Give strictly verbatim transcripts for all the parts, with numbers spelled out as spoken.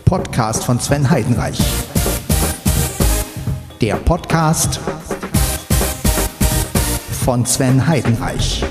Podcast von Sven Heidenreich. Der Podcast von Sven Heidenreich.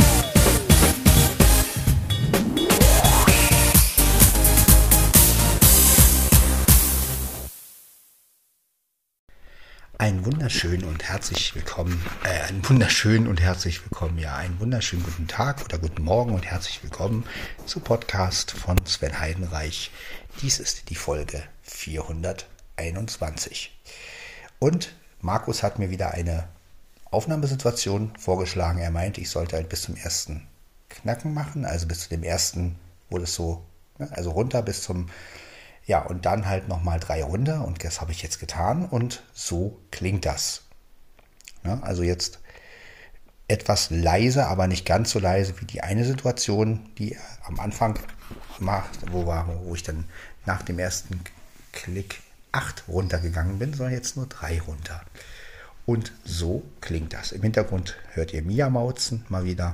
Einen wunderschönen und herzlich willkommen, äh, einen wunderschönen und herzlich willkommen, ja, einen wunderschönen guten Tag oder guten Morgen und herzlich willkommen zu Podcast von Sven Heidenreich. Dies ist die Folge vierhunderteinundzwanzig. Und Markus hat mir wieder eine Aufnahmesituation vorgeschlagen. Er meinte, ich sollte halt bis zum ersten Knacken machen, also bis zu dem ersten, wo das so, ne, also runter bis zum, ja, und dann halt nochmal drei runter und das habe ich jetzt getan und so klingt das. Ne, also jetzt etwas leiser, aber nicht ganz so leise wie die eine Situation, die er am Anfang macht, wo, war, wo ich dann nach dem ersten Klick acht runtergegangen bin, sondern jetzt nur drei runter. Und so klingt das. Im Hintergrund hört ihr Mia mauzen mal wieder.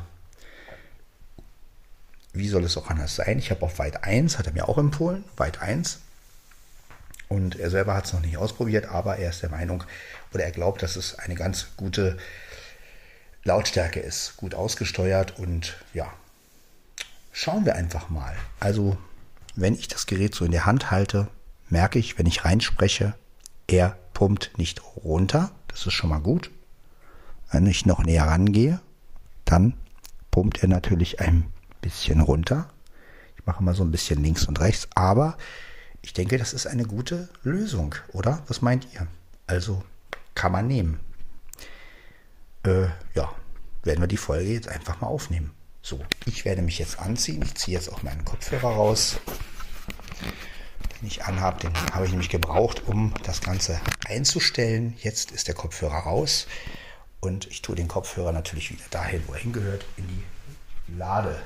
Wie soll es auch anders sein? Ich habe auf Weit eins, hat er mir auch empfohlen, Weit eins. Und er selber hat es noch nicht ausprobiert, aber er ist der Meinung, oder er glaubt, dass es eine ganz gute Lautstärke ist, gut ausgesteuert und ja, schauen wir einfach mal. Also, wenn ich das Gerät so in der Hand halte, merke ich, wenn ich reinspreche, er pumpt nicht runter. Das ist schon mal gut. Wenn ich noch näher rangehe, dann pumpt er natürlich ein bisschen runter. Ich mache mal so ein bisschen links und rechts, aber ich denke, das ist eine gute Lösung, oder? Was meint ihr? Also, kann man nehmen. Äh, ja, werden wir die Folge jetzt einfach mal aufnehmen. So, ich werde mich jetzt anziehen. Ich ziehe jetzt auch meinen Kopfhörer raus, den ich anhabe. Den habe ich nämlich gebraucht, um das Ganze einzustellen. Jetzt ist der Kopfhörer raus und ich tue den Kopfhörer natürlich wieder dahin, wo er hingehört, in die Lade.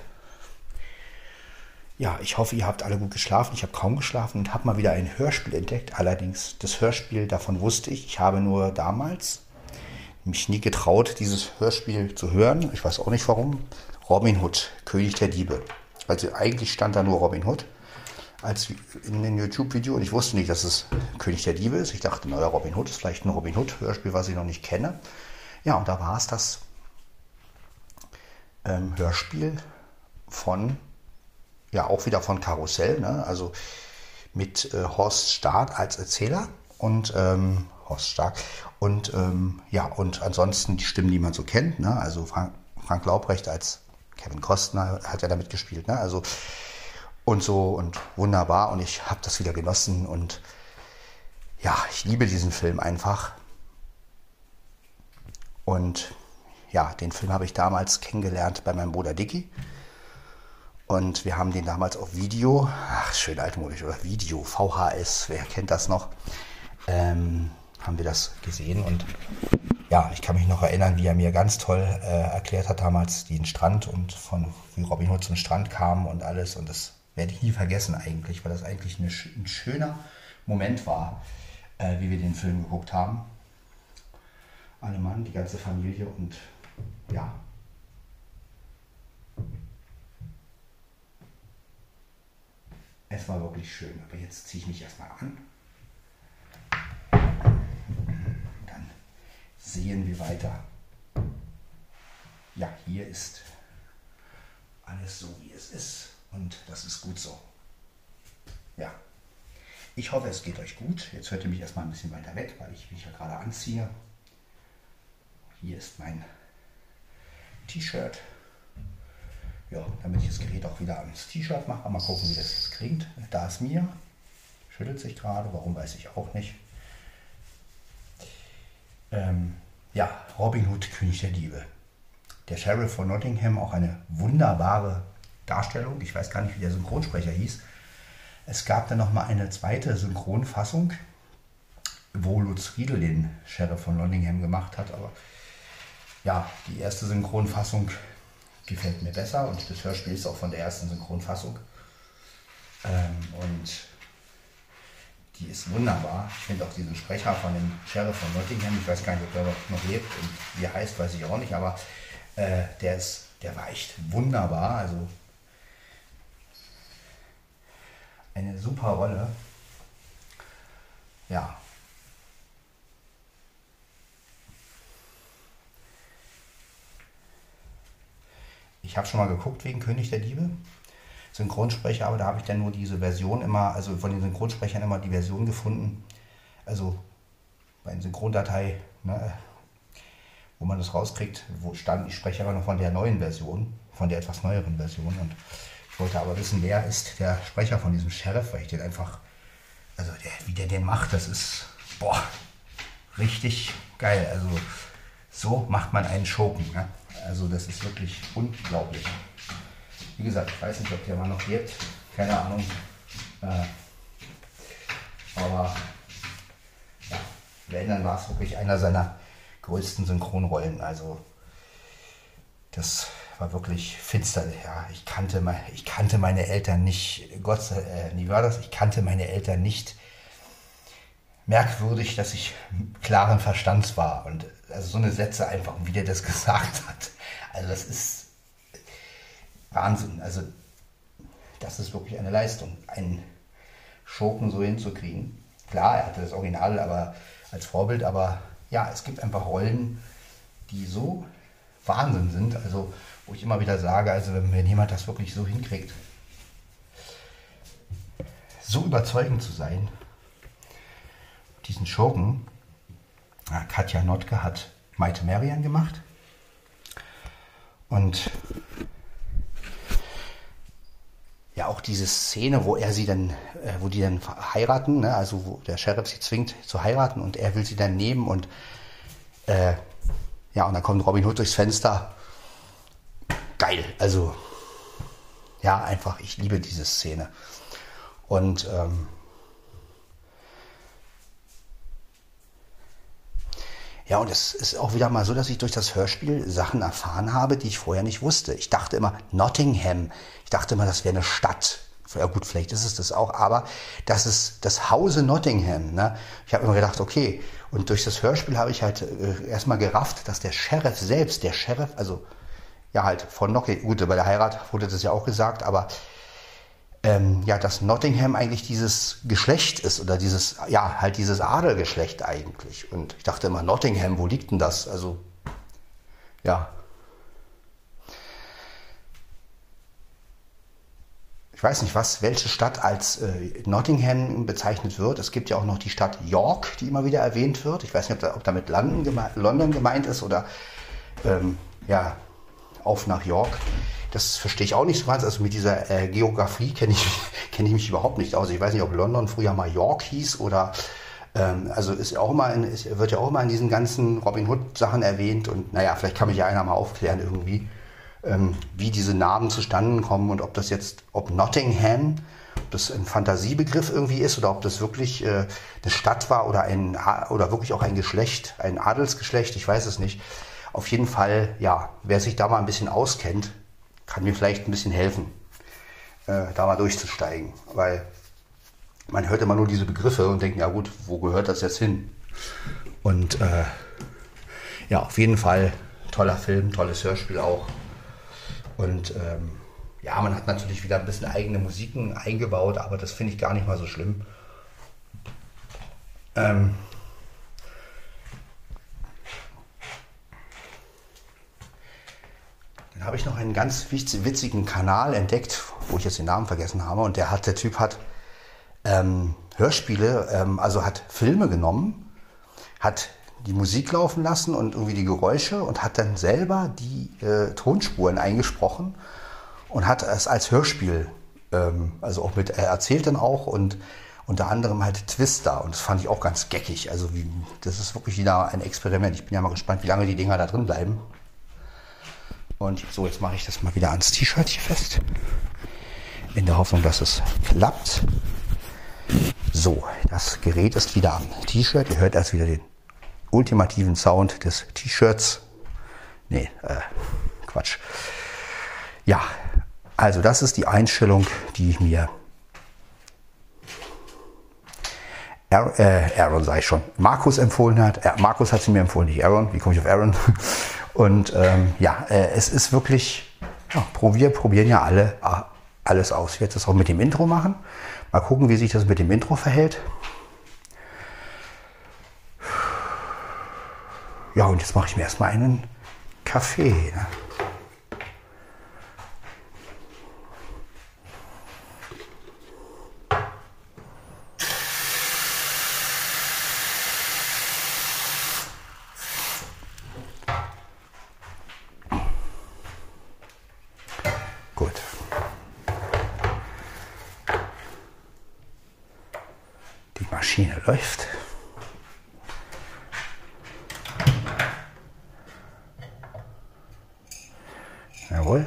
Ja, ich hoffe, ihr habt alle gut geschlafen. Ich habe kaum geschlafen und habe mal wieder ein Hörspiel entdeckt. Allerdings, das Hörspiel, davon wusste ich. Ich habe nur damals mich nie getraut, dieses Hörspiel zu hören. Ich weiß auch nicht warum. Robin Hood, König der Diebe. Also eigentlich stand da nur Robin Hood als in dem YouTube-Video und ich wusste nicht, dass es König der Diebe ist. Ich dachte, naja, Robin Hood ist vielleicht ein Robin Hood-Hörspiel, was ich noch nicht kenne. Ja, und da war es das ähm, Hörspiel von, ja, auch wieder von Karussell, ne? Also mit äh, Horst Stark als Erzähler und ähm, Horst Stark und ähm, ja, und ansonsten die Stimmen, die man so kennt, ne? Also Frank, Frank Laubrecht als Kevin Costner hat ja damit gespielt, ne? Also und so und wunderbar und ich habe das wieder genossen und ja, ich liebe diesen Film einfach. Und ja, den Film habe ich damals kennengelernt bei meinem Bruder Dicky. Und wir haben den damals auf Video, ach schön altmodisch, oder Video, V H S, wer kennt das noch, ähm, haben wir das gesehen und ja, ich kann mich noch erinnern, wie er mir ganz toll äh, erklärt hat damals den Strand und von wie Robin Hood zum Strand kam und alles und das werde ich nie vergessen eigentlich, weil das eigentlich eine, ein schöner Moment war, äh, wie wir den Film geguckt haben. Alle Mann, die ganze Familie und ja. Es war wirklich schön, aber jetzt ziehe ich mich erstmal an. Dann sehen wir weiter. Ja, hier ist alles so, wie es ist und das ist gut so. Ja, ich hoffe, es geht euch gut. Jetzt hört ihr mich erstmal ein bisschen weiter weg, weil ich mich ja gerade anziehe. Hier ist mein T-Shirt. Ja, damit ich das Gerät auch wieder ans T-Shirt mache. Mal gucken, wie das jetzt klingt. Da ist Mia. Schüttelt sich gerade. Warum, weiß ich auch nicht. Ähm, ja, Robin Hood, König der Diebe. Der Sheriff von Nottingham, auch eine wunderbare Darstellung. Ich weiß gar nicht, wie der Synchronsprecher hieß. Es gab dann nochmal eine zweite Synchronfassung, wo Lutz Riedel den Sheriff von Nottingham gemacht hat. Aber ja, die erste Synchronfassung gefällt mir besser und das Hörspiel ist auch von der ersten Synchronfassung. Ähm, und die ist wunderbar. Ich finde auch diesen Sprecher von dem Sheriff von Nottingham, ich weiß gar nicht, ob der noch lebt und wie er heißt, weiß ich auch nicht, aber äh, der, ist, der war echt wunderbar. Also eine super Rolle. ja. Ich habe schon mal geguckt wegen König der Diebe, Synchronsprecher, aber da habe ich dann nur diese Version immer, also von den Synchronsprechern immer die Version gefunden, also bei der Synchrondatei, ne, wo man das rauskriegt, wo stand, ich spreche aber noch von der neuen Version, von der etwas neueren Version, und ich wollte aber wissen, wer ist der Sprecher von diesem Sheriff, weil ich den einfach, also der, wie der den macht, das ist, boah, richtig geil, also so macht man einen Schurken, ne? Also das ist wirklich unglaublich. Wie gesagt, ich weiß nicht, ob der mal noch lebt, keine Ahnung, äh, aber ja, wenn, dann war es wirklich einer seiner größten Synchronrollen, also das war wirklich finster. Ja, ich kannte, mein, ich kannte meine Eltern nicht, Gott sei äh, wie war das? Ich kannte meine Eltern nicht. Merkwürdig, dass ich klaren Verstands war, und also so eine Sätze einfach, wie der das gesagt hat. Also das ist Wahnsinn. Also das ist wirklich eine Leistung, einen Schurken so hinzukriegen. Klar, er hatte das Original aber als Vorbild, aber ja, es gibt einfach Rollen, die so Wahnsinn sind, also wo ich immer wieder sage, also wenn, wenn jemand das wirklich so hinkriegt, so überzeugend zu sein, diesen Schurken, ja, Katja Notke hat Maite Marian gemacht, und ja, auch diese Szene, wo er sie dann, äh, wo die dann heiraten, ne, also wo der Sheriff sie zwingt zu heiraten und er will sie dann nehmen, und äh, ja, und dann kommt Robin Hood durchs Fenster. Geil, also ja, einfach, ich liebe diese Szene. Und ähm, ja, und es ist auch wieder mal so, dass ich durch das Hörspiel Sachen erfahren habe, die ich vorher nicht wusste. Ich dachte immer, Nottingham, ich dachte immer, das wäre eine Stadt. Ja gut, vielleicht ist es das auch, aber das ist das Hause Nottingham. Ne? Ich habe immer gedacht, okay, und durch das Hörspiel habe ich halt äh, erstmal gerafft, dass der Sheriff selbst, der Sheriff, also ja halt von Nottingham, gut, bei der Heirat wurde das ja auch gesagt, aber ähm, ja, dass Nottingham eigentlich dieses Geschlecht ist oder dieses, ja, halt dieses Adelgeschlecht eigentlich. Und ich dachte immer, Nottingham, wo liegt denn das? Also, ja. Ich weiß nicht, was, welche Stadt als äh, Nottingham bezeichnet wird. Es gibt ja auch noch die Stadt York, die immer wieder erwähnt wird. Ich weiß nicht, ob, da, ob damit London, geme London gemeint ist oder ähm, ja, auf nach York. Das verstehe ich auch nicht so ganz. Also mit dieser äh, Geografie kenne ich, kenn ich mich überhaupt nicht aus. Ich weiß nicht, ob London früher mal York hieß oder ähm, also ist auch immer in, ist, wird ja auch immer in diesen ganzen Robin Hood Sachen erwähnt, und naja, vielleicht kann mich ja einer mal aufklären irgendwie, ähm, wie diese Namen zustande kommen und ob das jetzt, ob Nottingham, ob das ein Fantasiebegriff irgendwie ist oder ob das wirklich äh, eine Stadt war oder ein oder wirklich auch ein Geschlecht, ein Adelsgeschlecht, ich weiß es nicht. Auf jeden Fall, ja, wer sich da mal ein bisschen auskennt, kann mir vielleicht ein bisschen helfen, äh, da mal durchzusteigen. Weil man hört immer nur diese Begriffe und denkt, ja gut, wo gehört das jetzt hin? Und äh, ja, auf jeden Fall toller Film, tolles Hörspiel auch. Und ähm, ja, man hat natürlich wieder ein bisschen eigene Musiken eingebaut, aber das finde ich gar nicht mal so schlimm. Ähm, Dann habe ich noch einen ganz witzigen Kanal entdeckt, wo ich jetzt den Namen vergessen habe. Und der hat, der Typ hat ähm, Hörspiele, ähm, also hat Filme genommen, hat die Musik laufen lassen und irgendwie die Geräusche und hat dann selber die äh, Tonspuren eingesprochen und hat es als Hörspiel, ähm, also auch mit, er erzählt dann auch, und unter anderem halt Twister, und das fand ich auch ganz geckig. Also wie, das ist wirklich wieder ein Experiment. Ich bin ja mal gespannt, wie lange die Dinger da drin bleiben. Und so, jetzt mache ich das mal wieder ans T-Shirt hier fest. In der Hoffnung, dass es klappt. So, das Gerät ist wieder am T-Shirt. Ihr hört erst wieder den ultimativen Sound des T-Shirts. Nee, äh, Quatsch. Ja, also das ist die Einstellung, die ich mir... Aaron, äh, Aaron sage ich schon. Markus empfohlen hat. Äh, Markus hat sie mir empfohlen, nicht Aaron. Wie komme ich auf Aaron? Und ähm, ja, äh, es ist wirklich, ja, probier, probieren ja alle äh, alles aus. Ich werde das auch mit dem Intro machen. Mal gucken, wie sich das mit dem Intro verhält. Ja, und jetzt mache ich mir erstmal einen Kaffee. Ne? Gut. Die Maschine läuft. Jawohl.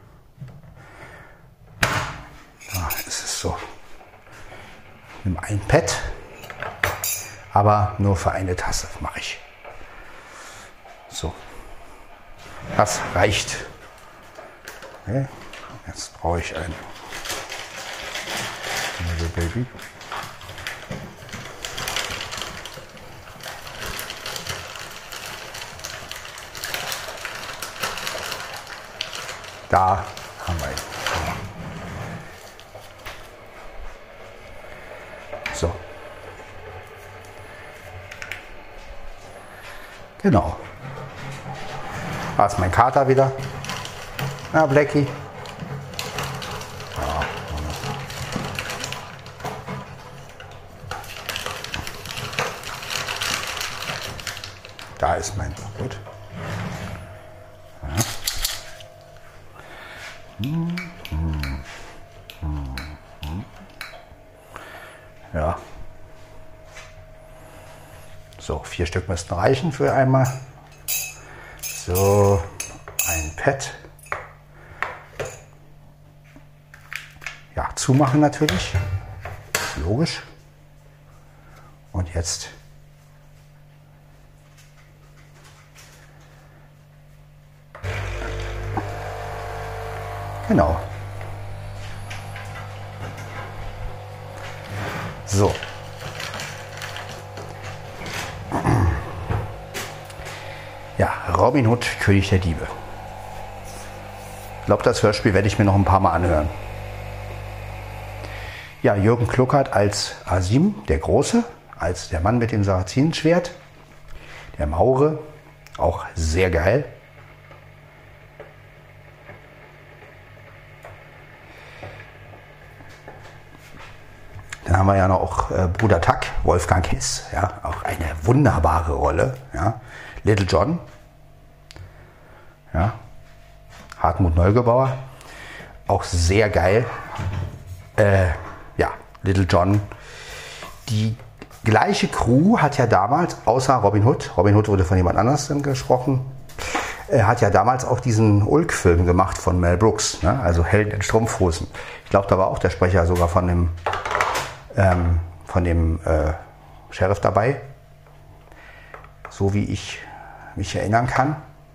Da ist es so. Nimm ein Pad, aber nur für eine Tasse mache ich. So. Das reicht. Okay. Jetzt brauche ich ein Baby. Da haben wir ihn. So. Genau. Da ist mein Kater wieder. Na, Blackie. Ja. Da ist mein gut. Ja. So, vier Stück müssten reichen für einmal. So, ein Pad. Ja, zumachen natürlich. Logisch. Und jetzt genau. So. Ja, Robin Hood, König der Diebe. Ich glaube, das Hörspiel werde ich mir noch ein paar Mal anhören. Ja, Jürgen Kluckert als Asim, der Große, als der Mann mit dem Sarazinenschwert. Der Maure, auch sehr geil. Dann haben wir ja noch äh, Bruder Tuck, Wolfgang Hess, ja, auch eine wunderbare Rolle. Ja. Little John, ja. Hartmut Neugebauer, auch sehr geil. Äh, ja, Little John. Die gleiche Crew hat ja damals, außer Robin Hood, Robin Hood wurde von jemand anders gesprochen, äh, hat ja damals auch diesen Ulk-Film gemacht von Mel Brooks, ne? Also Helden in Strumpfhosen. Ich glaube, da war auch der Sprecher sogar von dem Ähm, von dem äh, Sheriff dabei, so wie ich mich erinnern kann.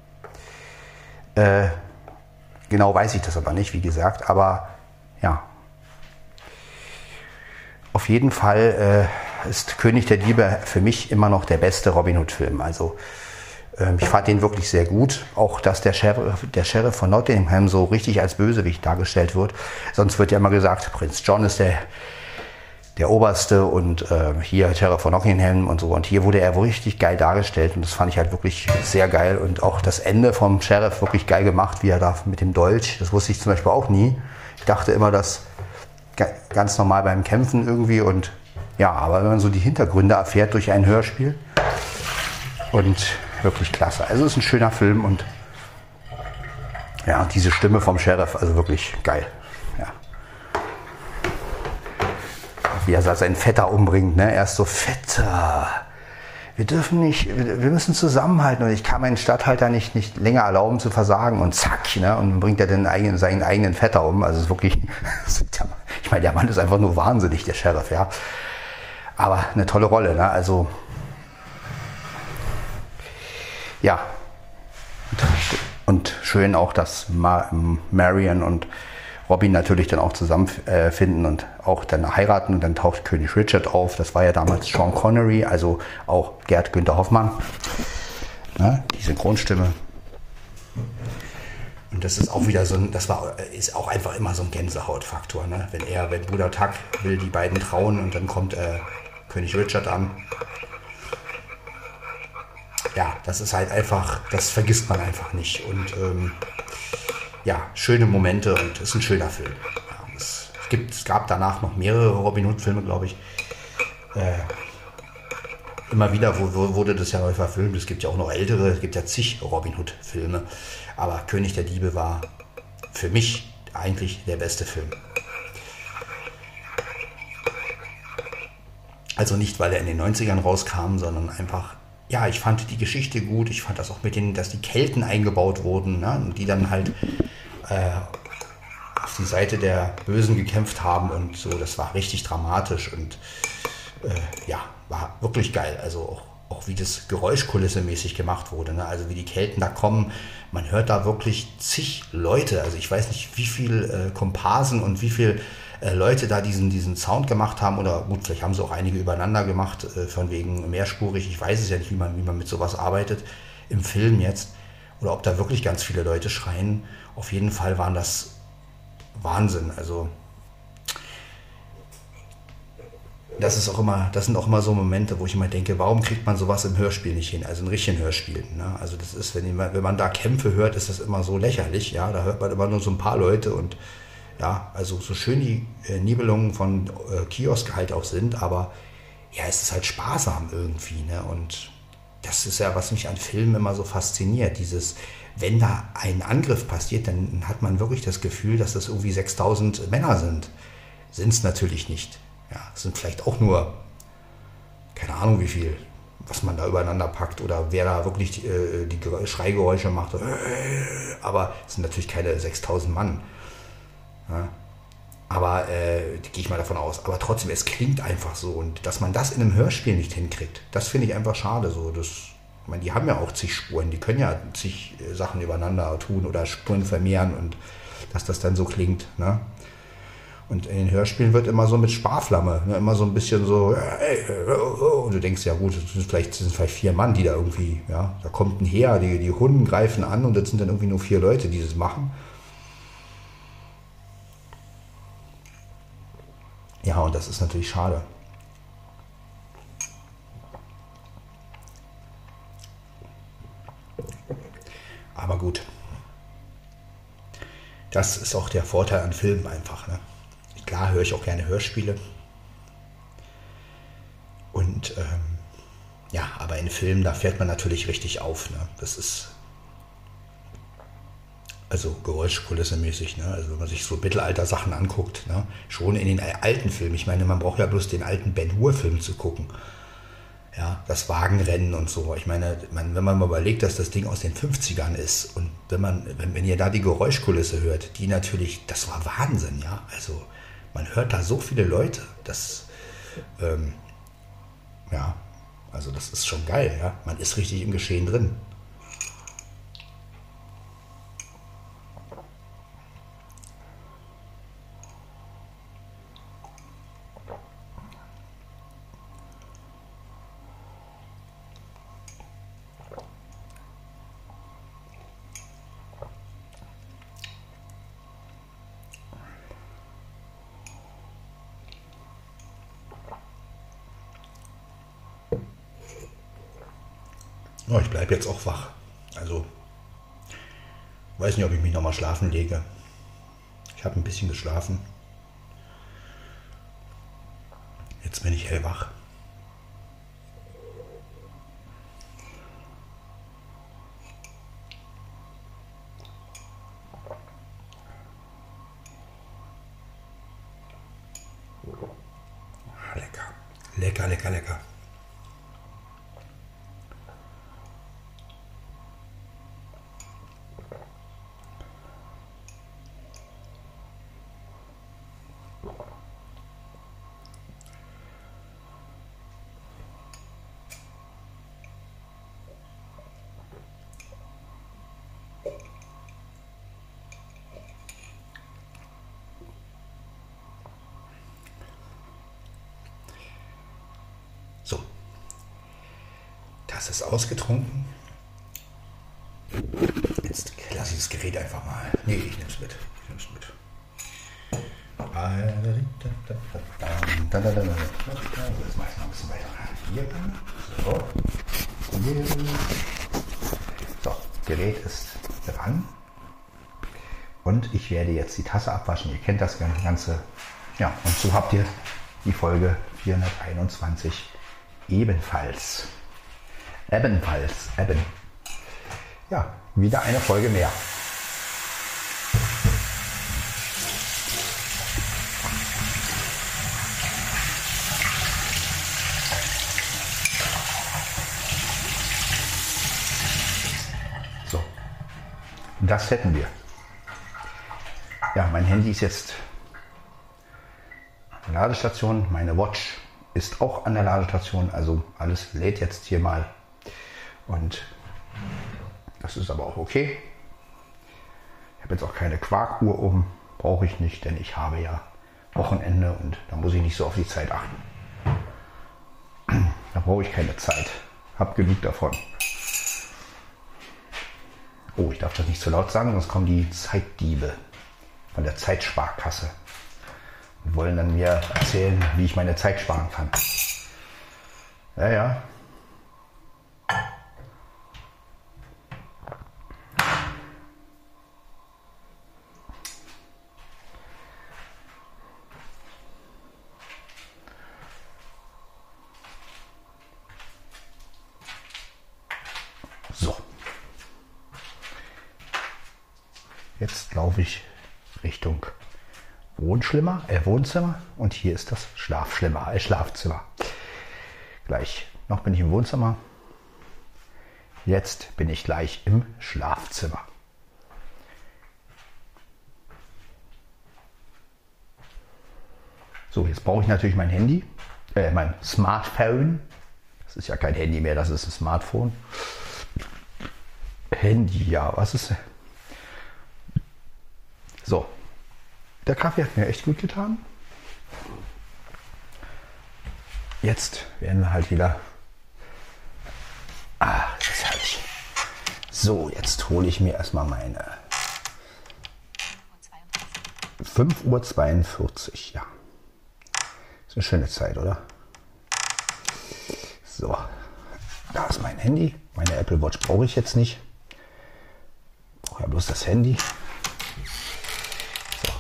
Äh, genau weiß ich das aber nicht, wie gesagt, aber ja. Auf jeden Fall äh, ist König der Diebe für mich immer noch der beste Robin Hood-Film. Also ähm, ich fand den wirklich sehr gut. Auch, dass der Sheriff, der Sheriff von Nottingham so richtig als Bösewicht dargestellt wird. Sonst wird ja immer gesagt, Prinz John ist der der Oberste und äh, hier Sheriff von Nottingham und so. Und hier wurde er wohl richtig geil dargestellt und das fand ich halt wirklich sehr geil. Und auch das Ende vom Sheriff wirklich geil gemacht, wie er da mit dem Dolch, das wusste ich zum Beispiel auch nie. Ich dachte immer, das ganz normal beim Kämpfen irgendwie und ja, aber wenn man so die Hintergründe erfährt durch ein Hörspiel und wirklich klasse. Also es ist ein schöner Film und ja, diese Stimme vom Sheriff, also wirklich geil. Ja. Wie er seinen Vetter umbringt, ne? Er ist so Vetter. Wir dürfen nicht, wir müssen zusammenhalten und ich kann meinen Statthalter nicht, nicht länger erlauben zu versagen und zack, ne? Und dann bringt er den eigenen, seinen eigenen Vetter um. Also es ist wirklich, ich meine, der Mann ist einfach nur wahnsinnig, der Sheriff, ja. Aber eine tolle Rolle, ne? Also, ja. Und schön auch, dass Marion und Robin natürlich dann auch zusammenfinden äh, und auch dann heiraten und dann taucht König Richard auf. Das war ja damals Sean Connery, also auch Gerd Günther Hoffmann. Ne, die Synchronstimme. Und das ist auch wieder so ein, das war, ist auch einfach immer so ein Gänsehautfaktor. Ne? Wenn er, wenn Bruder Tuck will die beiden trauen und dann kommt äh, König Richard an. ja, das ist halt einfach, das vergisst man einfach nicht. Und ähm, ja, schöne Momente und ist ein schöner Film. Ja, es, gibt, es gab danach noch mehrere Robin Hood-Filme, glaube ich. Äh, immer wieder wo, wo wurde das ja neu verfilmt. Es gibt ja auch noch ältere, es gibt ja zig Robin Hood-Filme. Aber König der Diebe war für mich eigentlich der beste Film. Also nicht, weil er in den neunzigern rauskam, sondern einfach, ja, ich fand die Geschichte gut. Ich fand das auch mit denen, dass die Kelten eingebaut wurden, ne? Und die dann halt äh, auf die Seite der Bösen gekämpft haben und so. Das war richtig dramatisch und äh, ja, war wirklich geil. Also auch, auch wie das Geräuschkulisse-mäßig gemacht wurde, ne? Also wie die Kelten da kommen. Man hört da wirklich zig Leute. Also ich weiß nicht, wie viel äh, Komparsen und wie viel äh, Leute da diesen, diesen Sound gemacht haben. Oder gut, vielleicht haben sie auch einige übereinander gemacht, äh, von wegen mehrspurig. Ich weiß es ja nicht, wie man, wie man mit sowas arbeitet im Film jetzt. Oder ob da wirklich ganz viele Leute schreien. Auf jeden Fall waren das Wahnsinn. Also das ist auch immer, das sind auch immer so Momente, wo ich immer denke, warum kriegt man sowas im Hörspiel nicht hin? Also ein richtigen Hörspiel. Ne? Also das ist, wenn man, wenn man da Kämpfe hört, ist das immer so lächerlich. Ja, da hört man immer nur so ein paar Leute und ja, also so schön die äh, Nibelungen von äh, Kiosk halt auch sind, aber ja, es ist halt sparsam irgendwie. Ne? Und das ist ja, was mich an Filmen immer so fasziniert. Dieses, wenn da ein Angriff passiert, dann hat man wirklich das Gefühl, dass das irgendwie sechstausend Männer sind. Sind es natürlich nicht. Ja, es sind vielleicht auch nur, keine Ahnung wie viel, was man da übereinander packt oder wer da wirklich äh, die Schreigeräusche macht. Aber es sind natürlich keine sechstausend Mann. Ja, aber äh, gehe ich mal davon aus. Aber trotzdem, es klingt einfach so. Und dass man das in einem Hörspiel nicht hinkriegt, das finde ich einfach schade. So. Das, ich meine, die haben ja auch zig Spuren, die können ja zig äh, Sachen übereinander tun oder Spuren vermehren und dass das dann so klingt. Ne? Und in den Hörspielen wird immer so mit Sparflamme, ne, immer so ein bisschen so, hey, und du denkst, ja gut, das sind vielleicht, das sind vielleicht vier Mann, die da irgendwie, ja, da kommt ein Heer, die, die Hunden greifen an und das sind dann irgendwie nur vier Leute, die das machen. Ja, und das ist natürlich schade. Aber gut. Das ist auch der Vorteil an Filmen einfach, ne? Klar höre ich auch gerne Hörspiele. Und ähm, ja, aber in Filmen, da fährt man natürlich richtig auf. Ne? Das ist also Geräuschkulisse-mäßig. Ne? Also wenn man sich so Mittelalter-Sachen anguckt, ne? Schon in den alten Filmen. Ich meine, man braucht ja bloß den alten Ben-Hur-Film zu gucken. Ja, das Wagenrennen und so. Ich meine, man, wenn man mal überlegt, dass das Ding aus den fünfzigern ist und wenn man, wenn, wenn ihr da die Geräuschkulisse hört, die natürlich, das war Wahnsinn, ja. Also man hört da so viele Leute, das, ähm, ja, also das ist schon geil, ja. Man ist richtig im Geschehen drin. Oh, ich bleibe jetzt auch wach. Also, weiß nicht, ob ich mich nochmal schlafen lege. Ich habe ein bisschen geschlafen. Jetzt bin ich hellwach. Lecker. Lecker, lecker, lecker. So, das ist ausgetrunken. Jetzt lasse ich das Gerät einfach mal. Nee, ich nehme es mit. Ich nehme es mit. Jetzt mache ich noch ein bisschen weiter. Hier. So. So, Gerät ist dran. Und ich werde jetzt die Tasse abwaschen. Ihr kennt das Ganze. Ja, und so habt ihr die Folge vierhunderteinundzwanzig ebenfalls. Ebenfalls. Eben. Ja, wieder eine Folge mehr. So, das hätten wir. Ja, mein Handy ist jetzt an der Ladestation. Meine Watch ist auch an der Ladestation. Also alles lädt jetzt hier mal. Und das ist aber auch okay. Ich habe jetzt auch keine Quarkuhr oben. Brauche ich nicht, denn ich habe ja Wochenende und da muss ich nicht so auf die Zeit achten. Da brauche ich keine Zeit. Hab genug davon. Oh, ich darf das nicht zu laut sagen, sonst kommen die Zeitdiebe von der Zeitsparkasse und wollen dann mir erzählen, wie ich meine Zeit sparen kann. Ja, ja. So. Jetzt laufe ich Richtung Wohnschlimmer, äh Wohnzimmer und hier ist das Schlafschlimmer, äh Schlafzimmer. Gleich, noch bin ich im Wohnzimmer. Jetzt bin ich gleich im Schlafzimmer. So, jetzt brauche ich natürlich mein Handy, äh, mein Smartphone. Das ist ja kein Handy mehr, das ist ein Smartphone. Handy, ja, was ist? So, der Kaffee hat mir echt gut getan. Jetzt werden wir halt wieder. Ah, das ist herrlich. So, jetzt hole ich mir erstmal meine fünf Uhr zweiundvierzig. Ja, ist eine schöne Zeit, oder? So, da ist mein Handy. Meine Apple Watch brauche ich jetzt nicht. Ich brauche ja bloß das Handy. So.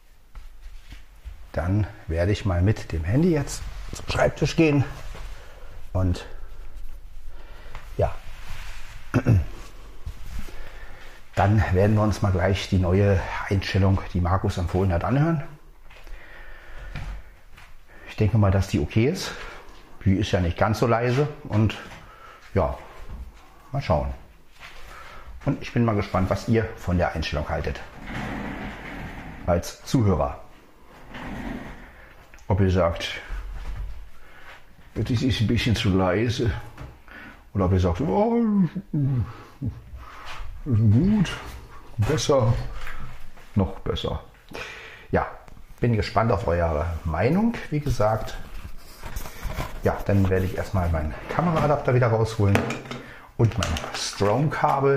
Dann werde ich mal mit dem Handy jetzt zum Schreibtisch gehen und ja, dann werden wir uns mal gleich die neue Einstellung, die Markus empfohlen hat, anhören. Ich denke mal, dass die okay ist. Die ist ja nicht ganz so leise und ja, mal schauen. Und ich bin mal gespannt, was ihr von der Einstellung haltet. Als Zuhörer. Ob ihr sagt, das ist ein bisschen zu leise. Oder ob ihr sagt, oh, gut, besser, noch besser. Ja, bin gespannt auf eure Meinung, wie gesagt. Ja, dann werde ich erstmal meinen Kameraadapter wieder rausholen und mein Strong-Kabel.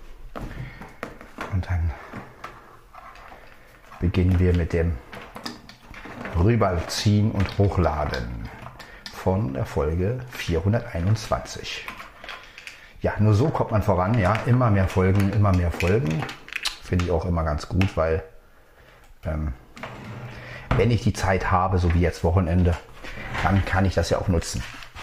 Und dann beginnen wir mit dem Rüberziehen und Hochladen von der Folge vierhunderteinundzwanzig. Ja, nur so kommt man voran, ja, immer mehr Folgen, immer mehr Folgen. Finde ich auch immer ganz gut, weil ähm, wenn ich die Zeit habe, so wie jetzt Wochenende, dann kann ich das ja auch nutzen.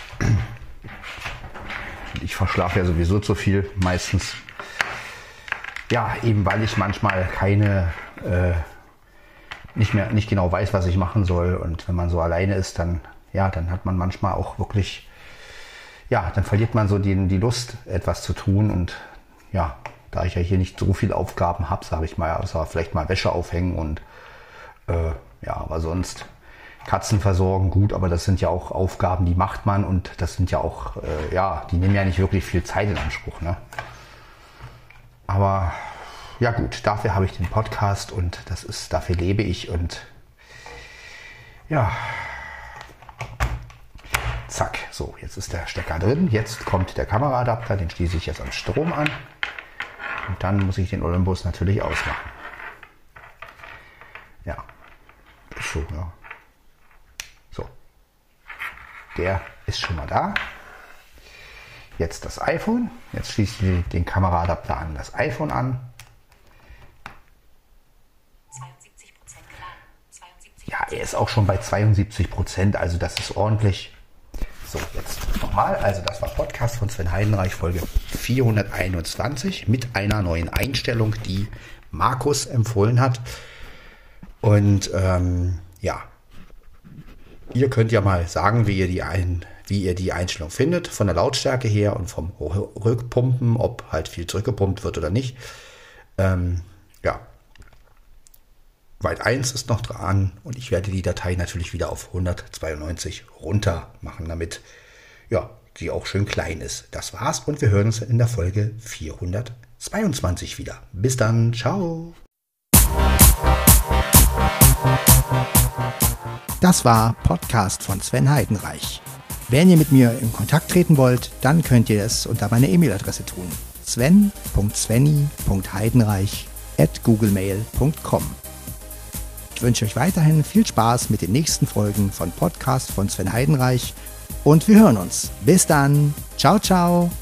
Ich verschlafe ja sowieso zu viel, meistens. Ja, eben weil ich manchmal keine, äh, nicht mehr, nicht genau weiß, was ich machen soll. Und wenn man so alleine ist, dann, ja, dann hat man manchmal auch wirklich, ja, dann verliert man so die, die Lust, etwas zu tun. Und ja, da ich ja hier nicht so viele Aufgaben habe, sage ich mal, außer vielleicht mal Wäsche aufhängen und äh, ja, aber sonst Katzen versorgen, gut, aber das sind ja auch Aufgaben, die macht man und das sind ja auch, äh, ja, die nehmen ja nicht wirklich viel Zeit in Anspruch, ne? Aber ja gut, dafür habe ich den Podcast und das ist, dafür lebe ich und ja, zack, so, jetzt ist der Stecker drin, jetzt kommt der Kameraadapter, den schließe ich jetzt am Strom an und dann muss ich den Olympus natürlich ausmachen. Ja, so, ja. So, der ist schon mal da. jetzt das iPhone. Jetzt schließe ich den Kameraadapter an das iPhone an. zweiundsiebzig Prozent geladen. zweiundsiebzig Ja, er ist auch schon bei zweiundsiebzig Prozent, also das ist ordentlich. So, jetzt nochmal. Also das war Podcast von Sven Heidenreich, Folge vierhunderteinundzwanzig mit einer neuen Einstellung, die Markus empfohlen hat. Und ähm, ja, ihr könnt ja mal sagen, wie ihr die ein, wie ihr die Einstellung findet, von der Lautstärke her und vom Rückpumpen, ob halt viel zurückgepumpt wird oder nicht. Ähm, ja, Byte eins ist noch dran und ich werde die Datei natürlich wieder auf hundertzweiundneunzig runter machen, damit ja, sie auch schön klein ist. Das war's und wir hören uns in der Folge vierhundertzweiundzwanzig wieder. Bis dann, ciao! Das war Podcast von Sven Heidenreich. Wenn ihr mit mir in Kontakt treten wollt, dann könnt ihr es unter meiner E-Mail-Adresse tun. sven punkt svenny punkt heidenreich at googlemail punkt com. Ich wünsche euch weiterhin viel Spaß mit den nächsten Folgen von Podcast von Sven Heidenreich und wir hören uns. Bis dann. Ciao, ciao.